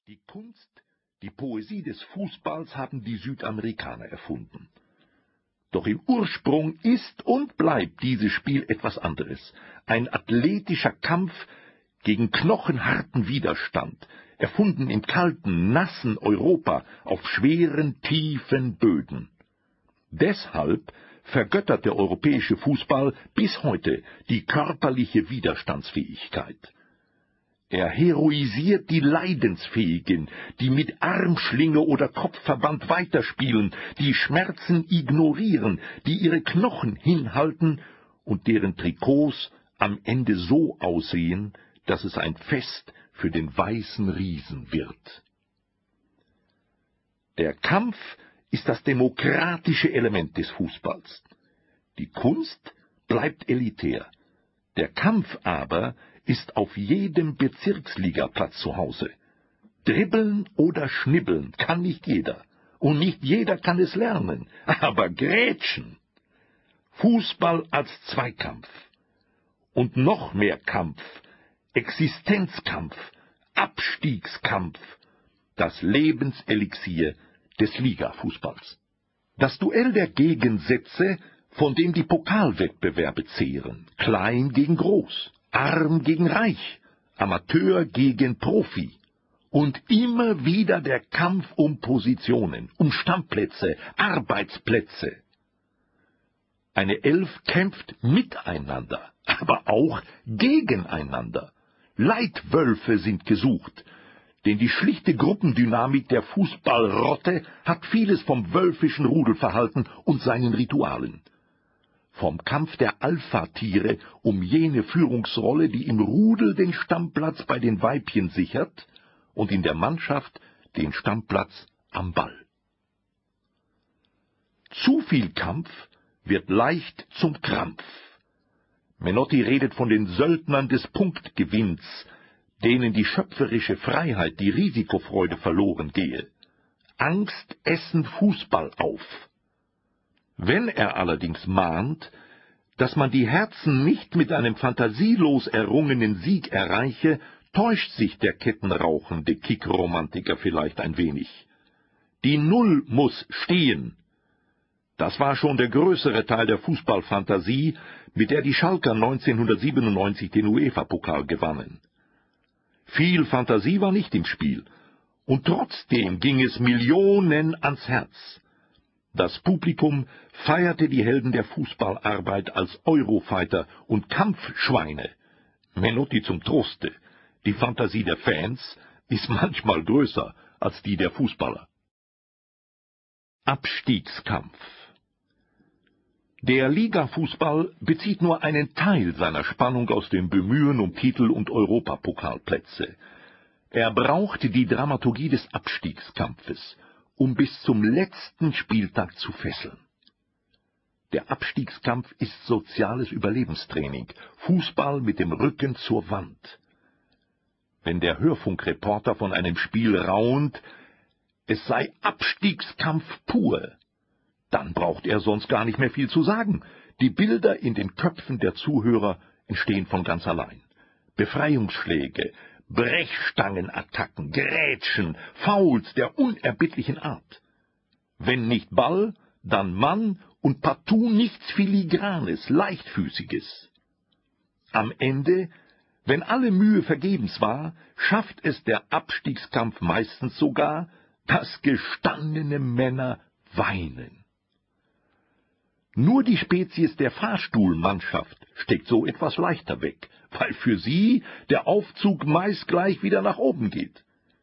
Die Kunst, die Poesie des Fußballs haben die Südamerikaner erfunden. Doch im Ursprung ist und bleibt dieses Spiel etwas anderes. Ein athletischer Kampf gegen knochenharten Widerstand, erfunden im kalten, nassen Europa auf schweren, tiefen Böden. Deshalb vergöttert der europäische Fußball bis heute die körperliche Widerstandsfähigkeit. Er heroisiert die Leidensfähigen, die mit Armschlinge oder Kopfverband weiterspielen, die Schmerzen ignorieren, die ihre Knochen hinhalten und deren Trikots am Ende so aussehen, dass es ein Fest für den weißen Riesen wird. Der Kampf ist das demokratische Element des Fußballs. Die Kunst bleibt elitär. Der Kampf aber ist auf jedem Bezirksligaplatz zu Hause. Dribbeln oder schnibbeln kann nicht jeder. Und nicht jeder kann es lernen. Aber Grätschen! Fußball als Zweikampf. Und noch mehr Kampf. Existenzkampf. Abstiegskampf. Das Lebenselixier des Ligafußballs. Das Duell der Gegensätze, von dem die Pokalwettbewerbe zehren. Klein gegen groß. Arm gegen reich, Amateur gegen Profi. Und immer wieder der Kampf um Positionen, um Stammplätze, Arbeitsplätze. Eine Elf kämpft miteinander, aber auch gegeneinander. Leitwölfe sind gesucht, denn die schlichte Gruppendynamik der Fußballrotte hat vieles vom wölfischen Rudelverhalten und seinen Ritualen. Vom Kampf der Alpha-Tiere um jene Führungsrolle, die im Rudel den Stammplatz bei den Weibchen sichert und in der Mannschaft den Stammplatz am Ball. Zu viel Kampf wird leicht zum Krampf. Menotti redet von den Söldnern des Punktgewinns, denen die schöpferische Freiheit, die Risikofreude verloren gehe. Angst essen Fußball auf. Wenn er allerdings mahnt, dass man die Herzen nicht mit einem fantasielos errungenen Sieg erreiche, täuscht sich der kettenrauchende Kickromantiker vielleicht ein wenig. Die Null muss stehen. Das war schon der größere Teil der Fußballfantasie, mit der die Schalker 1997 den UEFA-Pokal gewannen. Viel Fantasie war nicht im Spiel, und trotzdem ging es Millionen ans Herz. Das Publikum feierte die Helden der Fußballarbeit als Eurofighter und Kampfschweine. Menotti zum Troste: Die Fantasie der Fans ist manchmal größer als die der Fußballer. Abstiegskampf. Der Ligafußball bezieht nur einen Teil seiner Spannung aus dem Bemühen um Titel und Europapokalplätze. Er braucht die Dramaturgie des Abstiegskampfes, um bis zum letzten Spieltag zu fesseln. Der Abstiegskampf ist soziales Überlebenstraining, Fußball mit dem Rücken zur Wand. Wenn der Hörfunkreporter von einem Spiel raunt, es sei Abstiegskampf pur, dann braucht er sonst gar nicht mehr viel zu sagen. Die Bilder in den Köpfen der Zuhörer entstehen von ganz allein. Befreiungsschläge, Brechstangenattacken, Grätschen, Fouls der unerbittlichen Art. Wenn nicht Ball, dann Mann und partout nichts Filigranes, Leichtfüßiges. Am Ende, wenn alle Mühe vergebens war, schafft es der Abstiegskampf meistens sogar, dass gestandene Männer weinen. Nur die Spezies der Fahrstuhlmannschaft steckt so etwas leichter weg, weil für sie der Aufzug meist gleich wieder nach oben geht.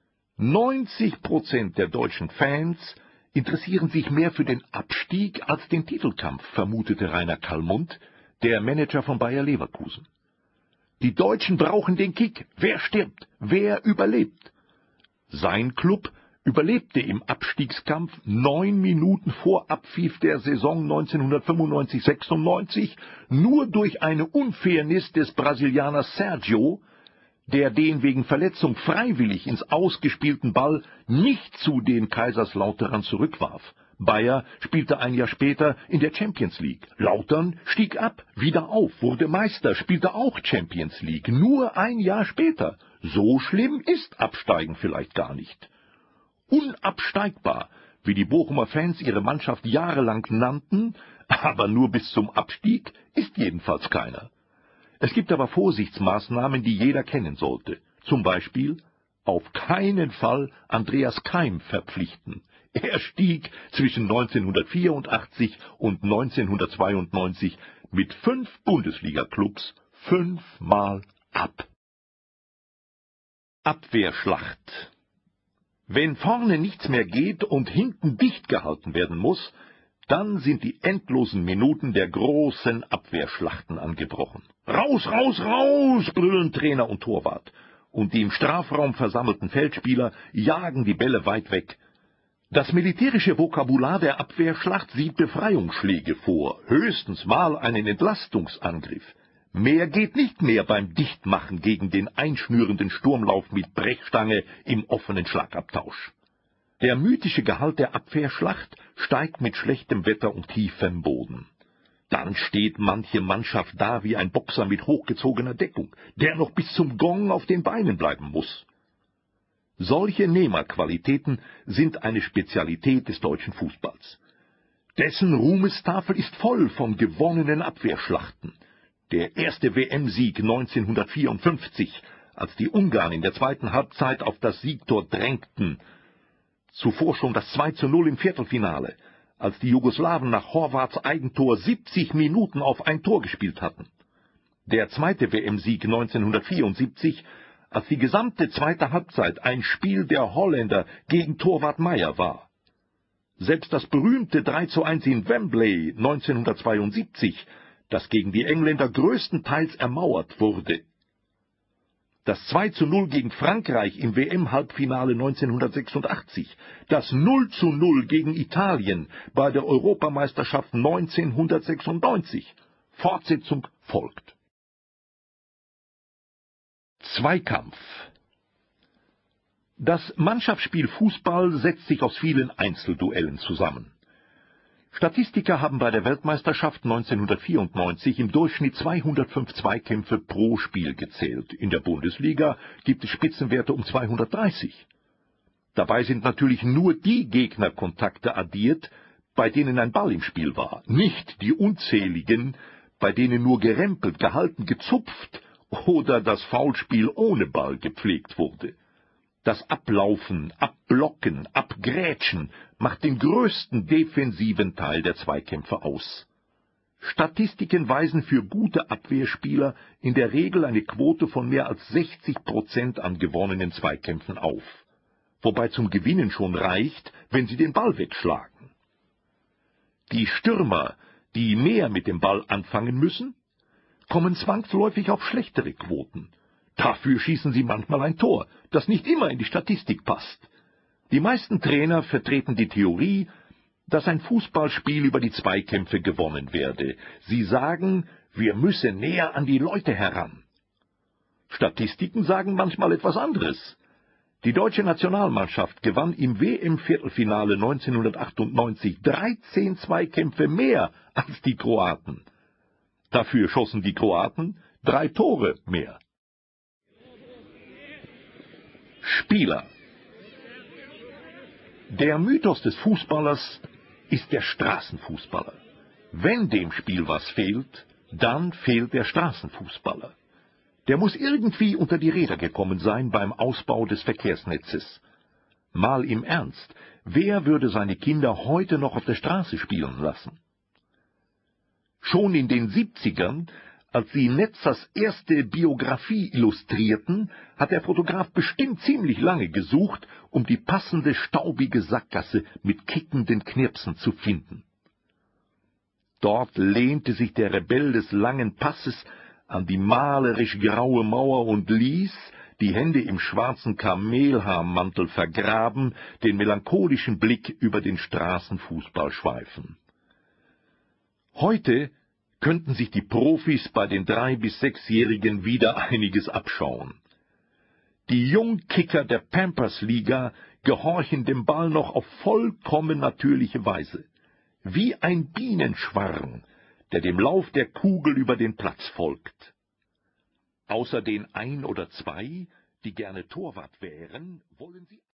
90% der deutschen Fans interessieren sich mehr für den Abstieg als den Titelkampf, vermutete Rainer Kallmund, der Manager von Bayer Leverkusen. Die Deutschen brauchen den Kick. Wer stirbt? Wer überlebt? Sein Klub überlebte im Abstiegskampf 9 Minuten vor Abpfiff der Saison 1995/96 nur durch eine Unfairness des Brasilianers Sergio, der den wegen Verletzung freiwillig ins ausgespielten Ball nicht zu den Kaiserslauternern zurückwarf. Bayer spielte ein Jahr später in der Champions League. Lautern stieg ab, wieder auf, wurde Meister, spielte auch Champions League. Nur ein Jahr später. so schlimm ist Absteigen vielleicht gar nicht. Unabsteigbar, wie die Bochumer Fans ihre Mannschaft jahrelang nannten, aber nur bis zum Abstieg, ist jedenfalls keiner. Es gibt aber Vorsichtsmaßnahmen, die jeder kennen sollte. Zum Beispiel auf keinen Fall Andreas Keim verpflichten. Er stieg zwischen 1984 und 1992 mit 5 Bundesliga-Clubs 5-mal ab. Abwehrschlacht. Wenn vorne nichts mehr geht und hinten dicht gehalten werden muss, dann sind die endlosen Minuten der großen Abwehrschlachten angebrochen. Raus, raus, raus, brüllen Trainer und Torwart. Und die im Strafraum versammelten Feldspieler jagen die Bälle weit weg. Das militärische Vokabular der Abwehrschlacht sieht Befreiungsschläge vor, höchstens mal einen Entlastungsangriff. Mehr geht nicht mehr beim Dichtmachen gegen den einschnürenden Sturmlauf mit Brechstange im offenen Schlagabtausch. Der mythische Gehalt der Abwehrschlacht steigt mit schlechtem Wetter und tiefem Boden. Dann steht manche Mannschaft da wie ein Boxer mit hochgezogener Deckung, der noch bis zum Gong auf den Beinen bleiben muss. Solche Nehmerqualitäten sind eine Spezialität des deutschen Fußballs. Dessen Ruhmestafel ist voll von gewonnenen Abwehrschlachten. Der erste WM-Sieg 1954, als die Ungarn in der zweiten Halbzeit auf das Siegtor drängten. Zuvor schon das 2:0 im Viertelfinale, als die Jugoslawen nach Horváths Eigentor 70 Minuten auf ein Tor gespielt hatten. Der zweite WM-Sieg 1974, als die gesamte zweite Halbzeit ein Spiel der Holländer gegen Torwart Meier war. Selbst das berühmte 3:1 in Wembley 1972, das gegen die Engländer größtenteils ermauert wurde. Das 2:0 gegen Frankreich im WM-Halbfinale 1986, das 0:0 gegen Italien bei der Europameisterschaft 1996. Fortsetzung folgt. Zweikampf. Das Mannschaftsspiel Fußball setzt sich aus vielen Einzelduellen zusammen. Statistiker haben bei der Weltmeisterschaft 1994 im Durchschnitt 205 Zweikämpfe pro Spiel gezählt. In der Bundesliga gibt es Spitzenwerte um 230. Dabei sind natürlich nur die Gegnerkontakte addiert, bei denen ein Ball im Spiel war, nicht die unzähligen, bei denen nur gerempelt, gehalten, gezupft oder das Foulspiel ohne Ball gepflegt wurde. Das Ablaufen, Abblocken, Abgrätschen macht den größten defensiven Teil der Zweikämpfe aus. Statistiken weisen für gute Abwehrspieler in der Regel eine Quote von mehr als 60% an gewonnenen Zweikämpfen auf, wobei zum Gewinnen schon reicht, wenn sie den Ball wegschlagen. Die Stürmer, die mehr mit dem Ball anfangen müssen, kommen zwangsläufig auf schlechtere Quoten. Dafür schießen sie manchmal ein Tor, das nicht immer in die Statistik passt. Die meisten Trainer vertreten die Theorie, dass ein Fußballspiel über die Zweikämpfe gewonnen werde. Sie sagen, wir müssen näher an die Leute heran. Statistiken sagen manchmal etwas anderes. Die deutsche Nationalmannschaft gewann im WM-Viertelfinale 1998 13 Zweikämpfe mehr als die Kroaten. Dafür schossen die Kroaten 3 Tore mehr. Spieler. Der Mythos des Fußballers ist der Straßenfußballer. Wenn dem Spiel was fehlt, dann fehlt der Straßenfußballer. Der muss irgendwie unter die Räder gekommen sein beim Ausbau des Verkehrsnetzes. Mal im Ernst, wer würde seine Kinder heute noch auf der Straße spielen lassen? Schon in den 70ern, als sie Netzers erste Biografie illustrierten, hat der Fotograf bestimmt ziemlich lange gesucht, um die passende staubige Sackgasse mit kickenden Knirpsen zu finden. Dort lehnte sich der Rebell des langen Passes an die malerisch graue Mauer und ließ, die Hände im schwarzen Kamelhaarmantel vergraben, den melancholischen Blick über den Straßenfußball schweifen. Heute könnten sich die Profis bei den 3- bis 6-Jährigen wieder einiges abschauen. Die Jungkicker der Pampers-Liga gehorchen dem Ball noch auf vollkommen natürliche Weise, wie ein Bienenschwarm, der dem Lauf der Kugel über den Platz folgt. Außer den 1 oder 2, die gerne Torwart wären, wollen sie